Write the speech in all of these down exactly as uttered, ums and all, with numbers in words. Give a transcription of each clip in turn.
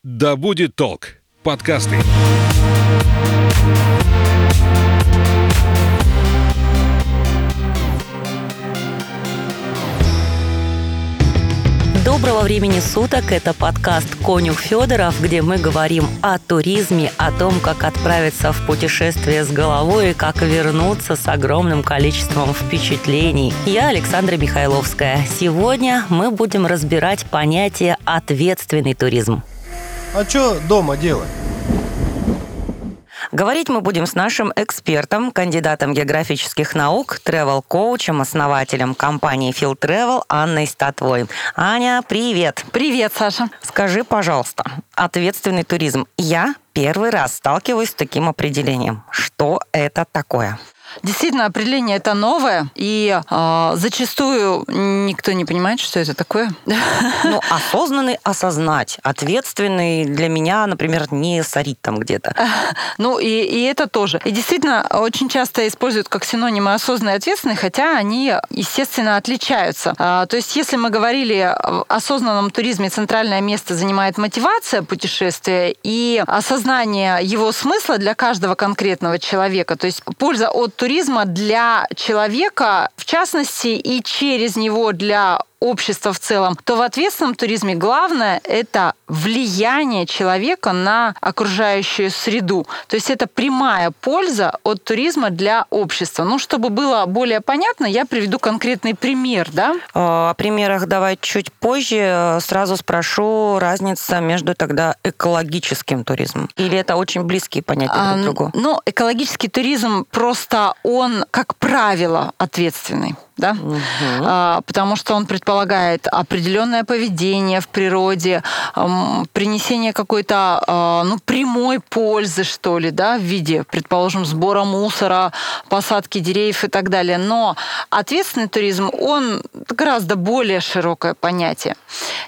Да будет толк. Подкасты. Доброго времени суток! Это подкаст «Конюх Федоров», где мы говорим о туризме, о том, как отправиться в путешествие с головой и как вернуться с огромным количеством впечатлений. Я Александра Михайловская. Сегодня мы будем разбирать понятие «ответственный туризм». А что дома делать? Говорить мы будем с нашим экспертом, кандидатом географических наук, тревел-коучем, основателем компании Field Travel Анной Статвой. Аня, привет! Привет, Саша! Скажи, пожалуйста, ответственный туризм. Я первый раз сталкиваюсь с таким определением. Что это такое? Действительно, определение это новое, и э, зачастую никто не понимает, что это такое. Ну, осознанный осознать, ответственный для меня, например, не сорить там где-то. Ну, и, и это тоже. И действительно, очень часто используют как синонимы осознанный и ответственный, хотя они, естественно, отличаются. А, то есть, если мы говорили в осознанном туризме, центральное место занимает мотивация путешествия и осознание его смысла для каждого конкретного человека, то есть польза от туризма для человека, в частности, и через него для общества в целом, то в ответственном туризме главное – это влияние человека на окружающую среду. То есть это прямая польза от туризма для общества. Ну, чтобы было более понятно, я приведу конкретный пример. Да? О примерах давай чуть позже. Сразу спрошу, разница между тогда экологическим туризмом. Или это очень близкие понятия друг а, другу? Ну, экологический туризм просто он, как правило, ответственный. Да? Угу. А, потому что он предполагает определенное поведение в природе, эм, принесение какой-то э, ну, прямой пользы, что ли, да, в виде, предположим, сбора мусора, посадки деревьев и так далее. Но ответственный туризм, он гораздо более широкое понятие.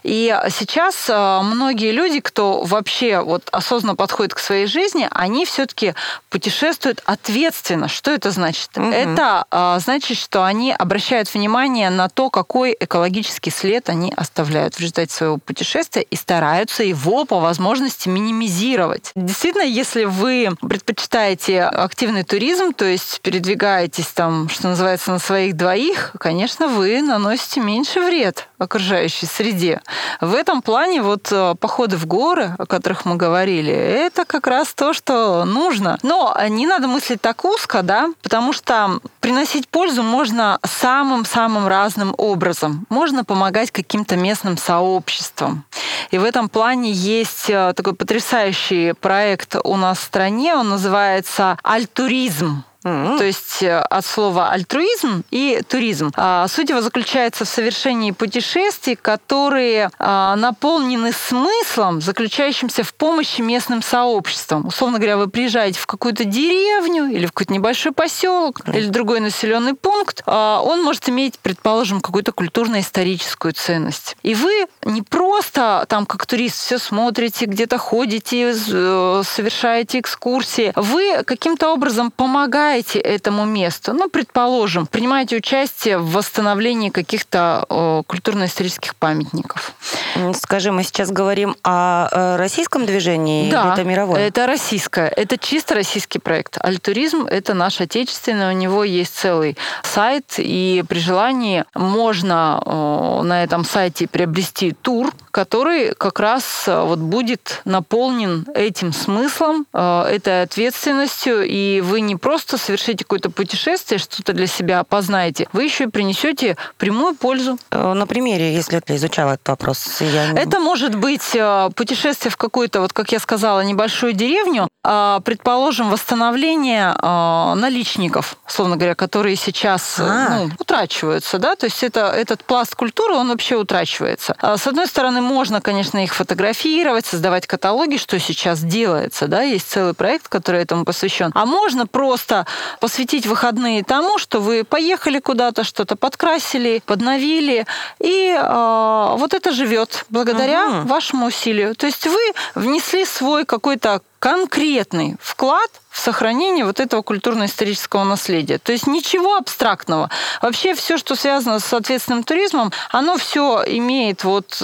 И сейчас э, многие люди, кто вообще вот осознанно подходит к своей жизни, они все-таки путешествуют ответственно. Что это значит? Угу. Это э, значит, что они обращаются обращают внимание на то, какой экологический след они оставляют в результате своего путешествия и стараются его по возможности минимизировать. Действительно, если вы предпочитаете активный туризм, то есть передвигаетесь там, что называется, на своих двоих, конечно, вы наносите меньше вред окружающей среде. В этом плане вот походы в горы, о которых мы говорили, это как раз то, что нужно. Но не надо мыслить так узко, да, потому что приносить пользу можно самым-самым разным образом. Можно помогать каким-то местным сообществам. И в этом плане есть такой потрясающий проект у нас в стране, он называется «Альтуризм». Mm-hmm. То есть от слова альтруизм и туризм. Суть его заключается в совершении путешествий, которые наполнены смыслом, заключающимся в помощи местным сообществам. Условно говоря, вы приезжаете в какую-то деревню или в какой-то небольшой поселок mm-hmm. или другой населенный пункт, он может иметь, предположим, какую-то культурно-историческую ценность. И вы не просто там как турист все смотрите, где-то ходите, совершаете экскурсии. Вы каким-то образом помогаете этому месту. Ну, предположим, принимаете участие в восстановлении каких-то о, культурно-исторических памятников. Скажи, мы сейчас говорим о российском движении да, или это мировое? Это российское. Это чисто российский проект. Альтуризм – это наш отечественный. У него есть целый сайт, и при желании можно о, на этом сайте приобрести тур, который как раз вот будет наполнен этим смыслом, о, этой ответственностью, и вы не просто совершите какое-то путешествие, что-то для себя познаете, вы еще и принесете прямую пользу. На примере, если ты изучала этот вопрос. Я... Это может быть путешествие в какую-то, вот как я сказала, небольшую деревню, предположим, восстановление наличников, условно говоря, которые сейчас ну, утрачиваются. Да? То есть это, этот пласт культуры, он вообще утрачивается. С одной стороны, можно, конечно, их фотографировать, создавать каталоги, что сейчас делается. Да? Есть целый проект, который этому посвящен. А можно просто посвятить выходные тому, что вы поехали куда-то, что-то подкрасили, подновили, и э, вот это живет благодаря uh-huh. вашему усилию. То есть вы внесли свой какой-то конкретный вклад в сохранение вот этого культурно-исторического наследия. То есть ничего абстрактного. Вообще все, что связано с ответственным туризмом, оно все имеет вот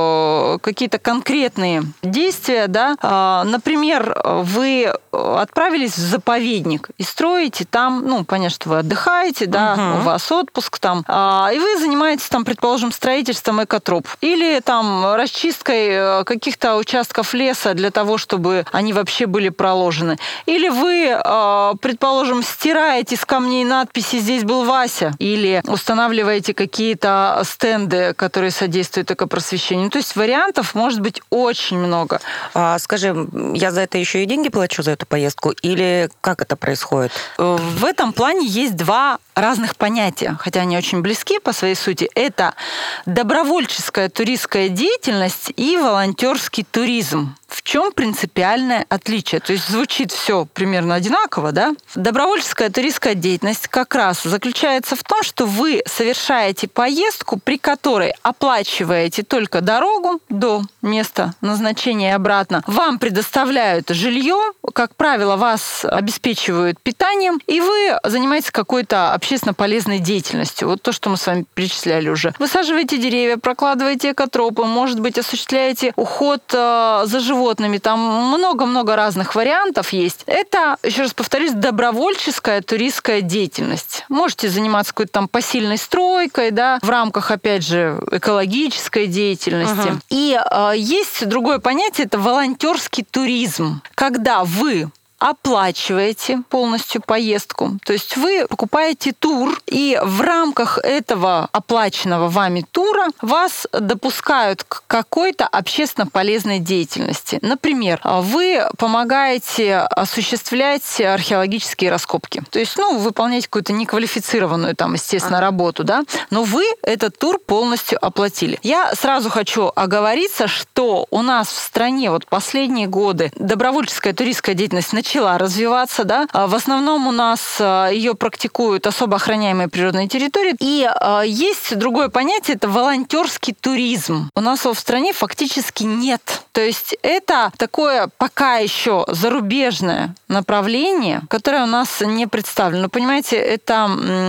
э, какие-то конкретные действия. Да? Э, например, вы отправились в заповедник и строите там, ну, понятно, что вы отдыхаете, да, угу. у вас отпуск там, э, и вы занимаетесь там, предположим, строительством экотроп или там расчисткой каких-то участков леса для того, чтобы они вообще были проложены. Или вы, предположим, стираете с камней надписи «Здесь был Вася» или устанавливаете какие-то стенды, которые содействуют экопросвещению. То есть вариантов может быть очень много. А, скажи, я за это еще и деньги плачу, за эту поездку? Или как это происходит? В этом плане есть два разных понятия, хотя они очень близки по своей сути. Это добровольческая туристская деятельность и волонтерский туризм. В чем принципиальное отличие? То есть звучит все примерно одинаково, да? Добровольческая туристская деятельность как раз заключается в том, что вы совершаете поездку, при которой оплачиваете только дорогу до места назначения и обратно. Вам предоставляют жилье, как правило, вас обеспечивают питанием, и вы занимаетесь какой-то общественно полезной деятельностью. Вот то, что мы с вами перечисляли уже. Высаживаете деревья, прокладываете экотропы, может быть, осуществляете уход за животными. Там много-много разных вариантов есть. Это, еще раз повторюсь, добровольческая туристская деятельность. Можете заниматься какой-то там посильной стройкой, да, в рамках, опять же, экологической деятельности. Uh-huh. И э, есть другое понятие, это волонтерский туризм. Когда вы оплачиваете полностью поездку. То есть вы покупаете тур, и в рамках этого оплаченного вами тура вас допускают к какой-то общественно полезной деятельности. Например, вы помогаете осуществлять археологические раскопки. То есть, ну, выполнять какую-то неквалифицированную, там, естественно, а. работу, да, но вы этот тур полностью оплатили. Я сразу хочу оговориться, что у нас в стране вот последние годы добровольческая туристская деятельность начала начала развиваться, да. В основном у нас ее практикуют особо охраняемые природные территории. И есть другое понятие, это волонтерский туризм. У нас его в стране фактически нет. То есть это такое пока еще зарубежное направление, которое у нас не представлено. Но, понимаете, это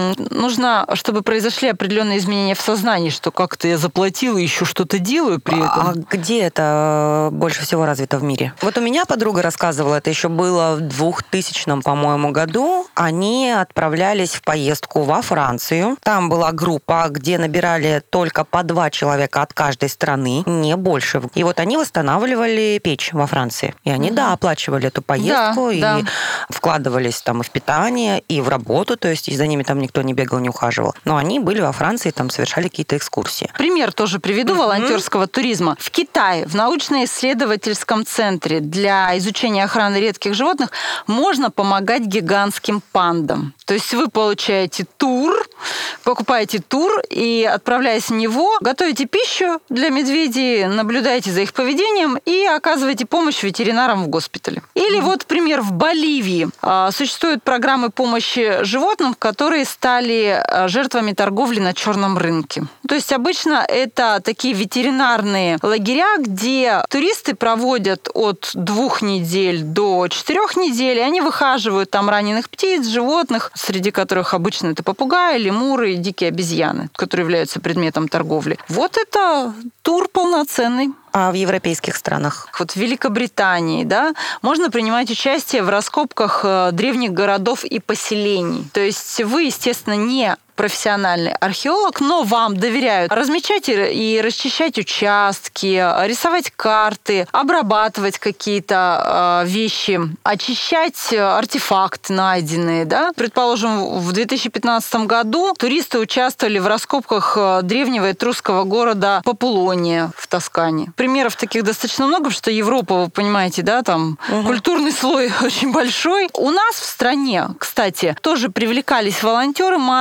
нужно, чтобы произошли определенные изменения в сознании, что как-то я заплатила и еще что-то делаю при этом. А где это больше всего развито в мире? Вот у меня подруга рассказывала, это еще было в двухтысячном, по-моему, году. Они отправлялись в поездку во Францию. Там была группа, где набирали только по два человека от каждой страны, не больше. И вот они восстанавливали печь во Франции. И они, угу. да, оплачивали эту поездку, да, и да. вкладывались там и в питание, и в работу, то есть и за ними там никто не бегал, не ухаживал. Но они были во Франции, там совершали какие-то экскурсии. Пример тоже приведу угу. волонтерского туризма. В Китае, в научно-исследовательском центре для изучения охраны редких животных можно помогать гигантским пандам. То есть вы получаете тур, покупаете тур и, отправляясь в него, готовите пищу для медведей, наблюдаете за их поведением и оказываете помощь ветеринарам в госпитале. Или mm-hmm. вот пример в Боливии. Существуют программы помощи животным, которые стали жертвами торговли на черном рынке. То есть обычно это такие ветеринарные лагеря, где туристы проводят от двух недель до четырех недель, и они выхаживают там раненых птиц, животных, среди которых обычно это попугаи, лемуры и дикие обезьяны, которые являются предметом торговли. Вот это тур полноценный. А в европейских странах? Вот в Великобритании, да, можно принимать участие в раскопках древних городов и поселений. То есть вы, естественно, не профессиональный археолог, но вам доверяют размечать и расчищать участки, рисовать карты, обрабатывать какие-то вещи, очищать артефакты найденные. Да? Предположим, в две тысячи пятнадцатом году туристы участвовали в раскопках древнего этрусского города Папулония в Тоскане. Примеров таких достаточно много, потому что Европа, вы понимаете, да, там угу. культурный слой очень большой. У нас в стране, кстати, тоже привлекались волонтеры массово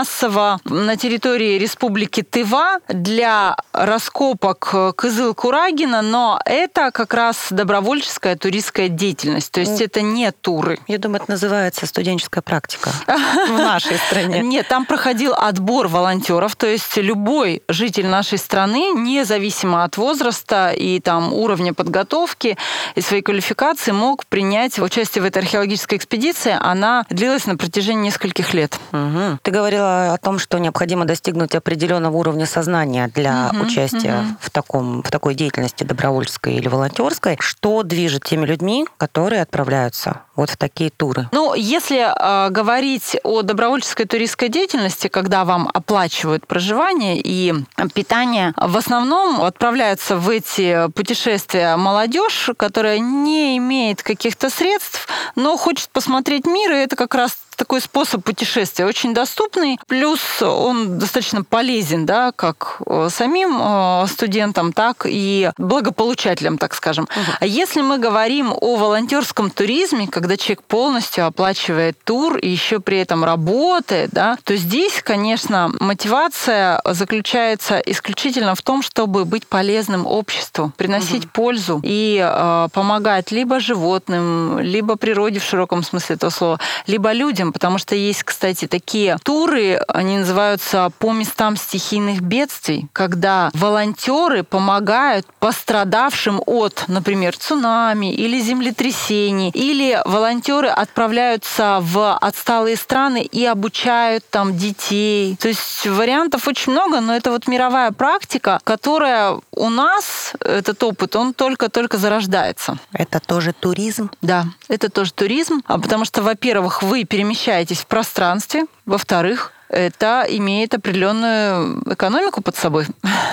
в, на территории Республики Тыва для раскопок Кызыл-Курагина, но это как раз добровольческая туристская деятельность, то есть это не туры. Я думаю, это называется студенческая практика в нашей стране. Нет, там проходил отбор волонтеров, то есть любой житель нашей страны, независимо от возраста и там уровня подготовки и своей квалификации, мог принять участие в этой археологической экспедиции. Она длилась на протяжении нескольких лет. Угу. Ты говорила о том, что необходимо достигнуть определенного уровня сознания для угу, участия угу. в, таком, в такой деятельности добровольческой или волонтерской. Что движет теми людьми, которые отправляются вот в такие туры? Ну, если э, говорить о добровольческой туристской деятельности, когда вам оплачивают проживание и питание, в основном отправляются в эти путешествия молодежь, которая не имеет каких-то средств, но хочет посмотреть мир, и это как раз такой способ путешествия, очень доступный, плюс он достаточно полезен, да, как самим студентам, так и благополучателям, так скажем. Угу. А если мы говорим о волонтерском туризме, когда человек полностью оплачивает тур и еще при этом работает, да, то здесь, конечно, мотивация заключается исключительно в том, чтобы быть полезным обществу, приносить угу. пользу и э, помогать либо животным, либо природе в широком смысле этого слова, либо людям, потому что есть, кстати, такие туры, они называются «По местам стихийных бедствий», когда волонтеры помогают пострадавшим от, например, цунами или землетрясений, или волонтеры отправляются в отсталые страны и обучают там детей. То есть вариантов очень много, но это вот мировая практика, которая у нас, этот опыт, он только-только зарождается. Это тоже туризм? Да, это тоже туризм, потому что, во-первых, вы перемещаетесь в пространстве, во-вторых, это имеет определенную экономику под собой.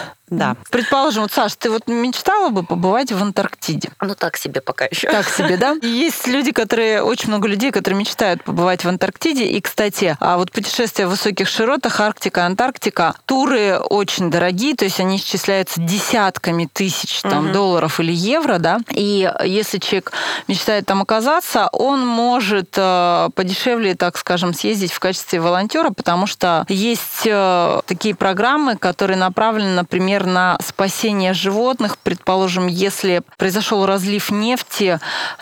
Да. Предположим, вот, Саш, ты вот мечтала бы побывать в Антарктиде? Ну, так себе пока еще. Так себе, да? И есть люди, которые, очень много людей, которые мечтают побывать в Антарктиде. И, кстати, а вот путешествия в высоких широтах, Арктика, Антарктика, туры очень дорогие, то есть они исчисляются десятками тысяч там, угу. долларов или евро, да? И если человек мечтает там оказаться, он может э, подешевле, так скажем, съездить в качестве волонтера, потому что есть э, такие программы, которые направлены, например, на спасение животных. Предположим, если произошел разлив нефти,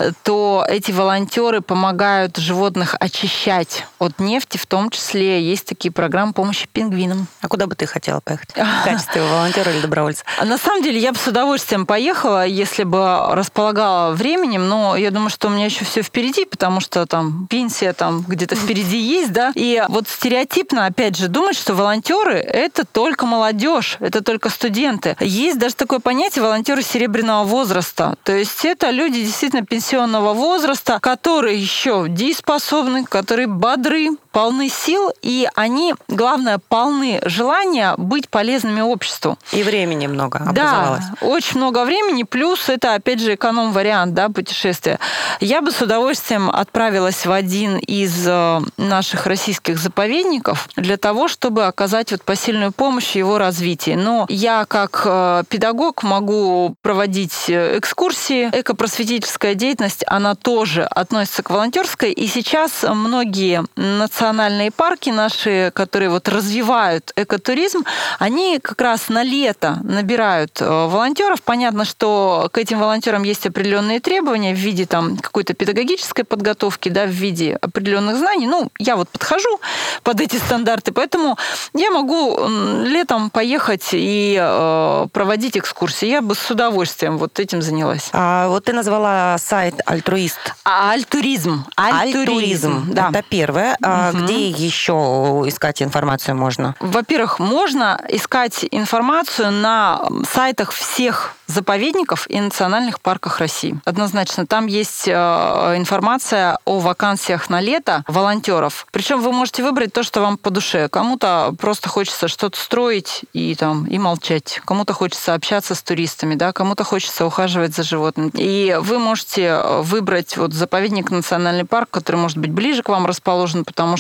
то эти волонтеры помогают животных очищать от нефти, в том числе есть такие программы помощи пингвинам. А куда бы ты хотела поехать? В качестве волонтера или добровольца? На самом деле, я бы с удовольствием поехала, если бы располагала временем, но я думаю, что у меня еще все впереди, потому что там пенсия там где-то впереди есть, да. И вот стереотипно, опять же, думать, что волонтеры это только молодежь, это только студенты. Студенты. Есть даже такое понятие волонтеры серебряного возраста. То есть это люди действительно пенсионного возраста, которые еще дееспособны, которые бодры, полны сил, и они, главное, полны желания быть полезными обществу. И времени много образовалось. Да, очень много времени, плюс это, опять же, эконом-вариант, да, путешествия. Я бы с удовольствием отправилась в один из наших российских заповедников для того, чтобы оказать вот посильную помощь в его развитии. Но я как педагог могу проводить экскурсии. Экопросветительская деятельность, она тоже относится к волонтерской. И сейчас многие национальные парки наши, которые вот развивают экотуризм, они как раз на лето набирают волонтеров. Понятно, что к этим волонтерам есть определенные требования в виде там какой-то педагогической подготовки, да, в виде определенных знаний. Ну, я вот подхожу под эти стандарты, поэтому я могу летом поехать и проводить экскурсии. Я бы с удовольствием вот этим занялась. А вот ты назвала сайт «Альтруист». А, альтуризм. Альтуризм. Альтуризм. Да. Это первое. А угу. Где еще искать информацию можно? Во-первых, можно искать информацию на сайтах всех заповедников и национальных парках России. Однозначно, там есть информация о вакансиях на лето волонтеров. Причем вы можете выбрать то, что вам по душе. Кому-то просто хочется что-то строить и, там, и молчать. Кому-то хочется общаться с туристами, да? Кому-то хочется ухаживать за животными. И вы можете выбрать вот заповедник, национальный парк, который может быть ближе к вам расположен, потому что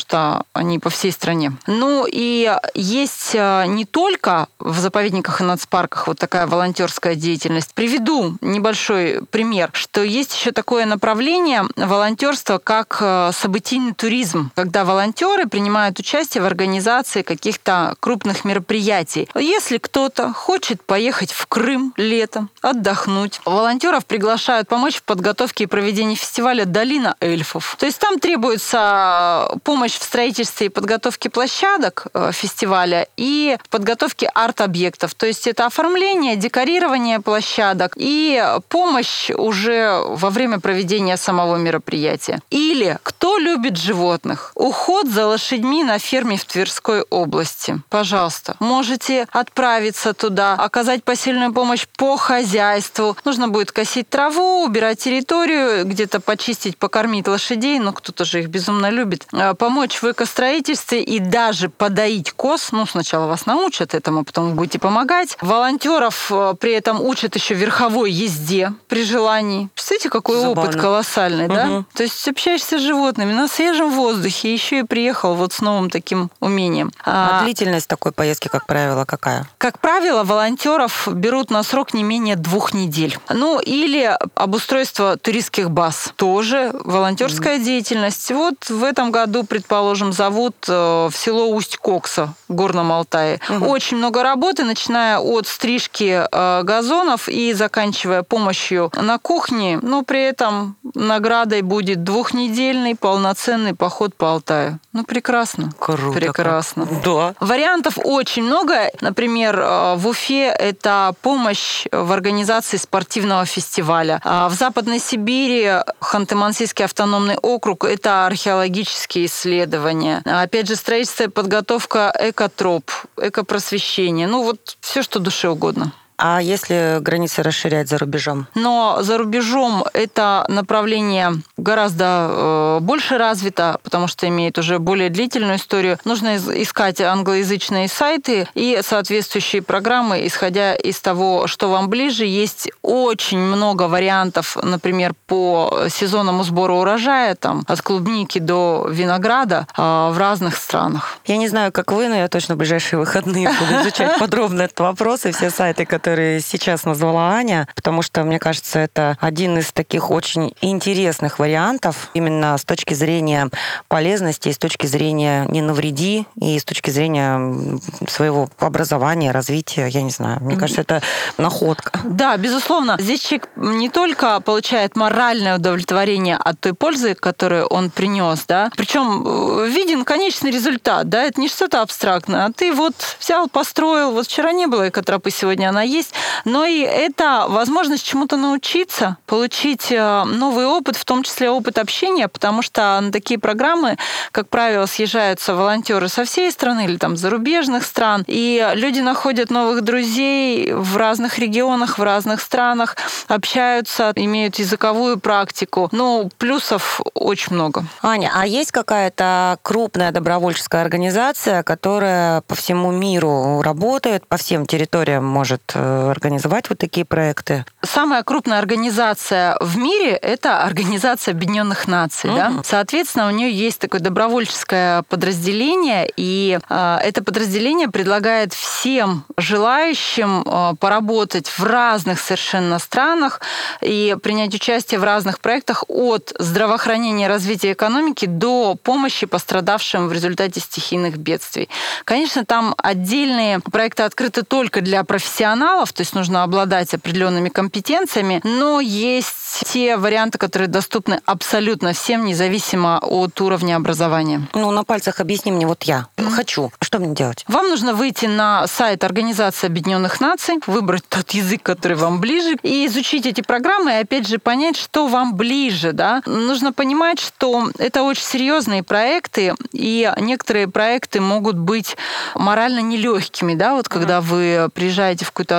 что они по всей стране. Ну и есть не только в заповедниках и нацпарках вот такая волонтерская деятельность. Приведу небольшой пример, что есть еще такое направление волонтерства, как событийный туризм, когда волонтеры принимают участие в организации каких-то крупных мероприятий. Если кто-то хочет поехать в Крым летом, отдохнуть, волонтеров приглашают помочь в подготовке и проведении фестиваля «Долина эльфов». То есть там требуется помощь в строительстве и подготовке площадок фестиваля и подготовке арт-объектов. То есть это оформление, декорирование площадок и помощь уже во время проведения самого мероприятия. Или кто любит животных? Уход за лошадьми на ферме в Тверской области. Пожалуйста, можете отправиться туда, оказать посильную помощь по хозяйству. Нужно будет косить траву, убирать территорию, где-то почистить, покормить лошадей, ну кто-то же их безумно любит, помочь в экостроительстве и даже подоить коз. Ну, сначала вас научат этому, потом вы будете помогать. Волонтеров при этом учат еще верховой езде при желании. Представляете, какой Забавно. Опыт колоссальный, да? Угу. То есть общаешься с животными на свежем воздухе, еще и приехал вот с новым таким умением. А, а длительность такой поездки, как правило, какая? Как правило, волонтеров берут на срок не менее двух недель. Ну, или обустройство туристских баз. Тоже волонтерская mm. деятельность. Вот в этом году, предположим, зовут в село Усть-Кокса в Горном Алтае. Mm-hmm. Очень много работы, начиная от стрижки газонов и заканчивая помощью на кухне. Но при этом наградой будет двухнедельный полноценный поход по Алтаю. Ну, прекрасно. Круто. Прекрасно. Да. Вариантов очень много. Например, в Уфе это помощь в организации спортивного фестиваля. В Западной Сибири, Ханты-Мансийский автономный округ, это археологические исследования. Опять же, строительство и подготовка экотроп, экопросвещение. Ну, вот все, что душе угодно. А если границы расширять за рубежом? Но за рубежом это направление гораздо э, больше развито, потому что имеет уже более длительную историю. Нужно искать англоязычные сайты и соответствующие программы, исходя из того, что вам ближе. Есть очень много вариантов, например, по сезонному сбору урожая, там, от клубники до винограда э, в разных странах. Я не знаю, как вы, но я точно в ближайшие выходные буду изучать подробно этот вопрос и все сайты, которые которые сейчас назвала Аня, потому что, мне кажется, это один из таких очень интересных вариантов именно с точки зрения полезности, и с точки зрения не навреди, и с точки зрения своего образования, развития, я не знаю. Мне кажется, это находка. Да, безусловно. Здесь человек не только получает моральное удовлетворение от той пользы, которую он принес, да, причем виден конечный результат, да, это не что-то абстрактное, а ты вот взял, построил, вот вчера не было экотропы, сегодня она есть, но и это возможность чему-то научиться, получить новый опыт, в том числе опыт общения, потому что на такие программы, как правило, съезжаются волонтеры со всей страны или там зарубежных стран, и люди находят новых друзей в разных регионах, в разных странах, общаются, имеют языковую практику. Ну, плюсов очень много. Аня, а есть какая-то крупная добровольческая организация, которая по всему миру работает, по всем территориям может организовать вот такие проекты? Самая крупная организация в мире – это Организация Объединенных Наций. Mm-hmm. Да? Соответственно, у нее есть такое добровольческое подразделение, и э, это подразделение предлагает всем желающим э, поработать в разных совершенно странах и принять участие в разных проектах от здравоохранения и развития экономики до помощи пострадавшим в результате стихийных бедствий. Конечно, там отдельные проекты открыты только для профессионалов, то есть нужно обладать определенными компетенциями, но есть те варианты, которые доступны абсолютно всем, независимо от уровня образования. Ну, на пальцах объясни мне, вот я mm-hmm. хочу. Что мне делать? Вам нужно выйти на сайт Организации Объединенных Наций, выбрать тот язык, который вам ближе, и изучить эти программы, и опять же понять, что вам ближе. Да? Нужно понимать, что это очень серьезные проекты, и некоторые проекты могут быть морально нелегкими. Да? Вот когда mm-hmm. вы приезжаете в какую-то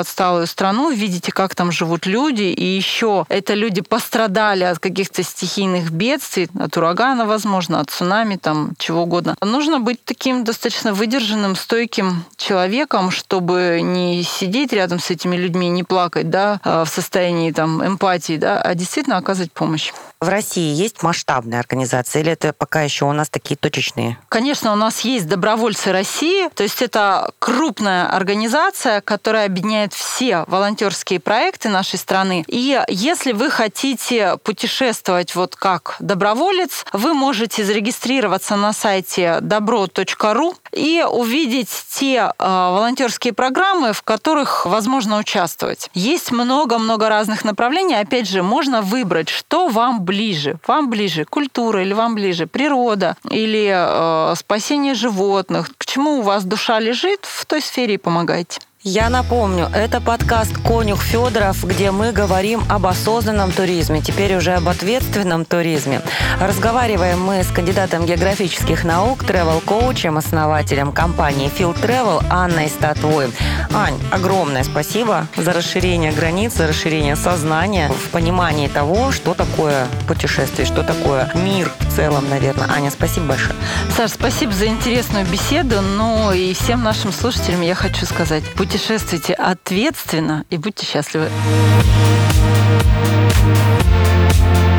отсталую страну, видите, как там живут люди, и еще это люди пострадали от каких-то стихийных бедствий, от урагана, возможно, от цунами, там, чего угодно. Нужно быть таким достаточно выдержанным, стойким человеком, чтобы не сидеть рядом с этими людьми, не плакать, да, в состоянии там эмпатии, да, а действительно оказывать помощь. В России есть масштабная организация или это пока еще у нас такие точечные? Конечно, у нас есть добровольцы России, то есть это крупная организация, которая объединяет все волонтерские проекты нашей страны. И если вы хотите путешествовать вот как доброволец, вы можете зарегистрироваться на сайте добро точка ру и увидеть те э, волонтерские программы, в которых возможно участвовать. Есть много-много разных направлений. Опять же, можно выбрать, что вам ближе. Вам ближе культура или вам ближе природа или э, спасение животных. К чему у вас душа лежит, в той сфере и помогайте. Я напомню, это подкаст «Конюх Федоров», где мы говорим об осознанном туризме, теперь уже об ответственном туризме. Разговариваем мы с кандидатом географических наук, тревел-коучем, основателем компании Field Travel Анной Статвой. Ань, огромное спасибо за расширение границ, за расширение сознания в понимании того, что такое путешествие, что такое мир в целом, наверное. Аня, спасибо большое. Саш, спасибо за интересную беседу. Ну и всем нашим слушателям я хочу сказать, путешествуйте ответственно и будьте счастливы.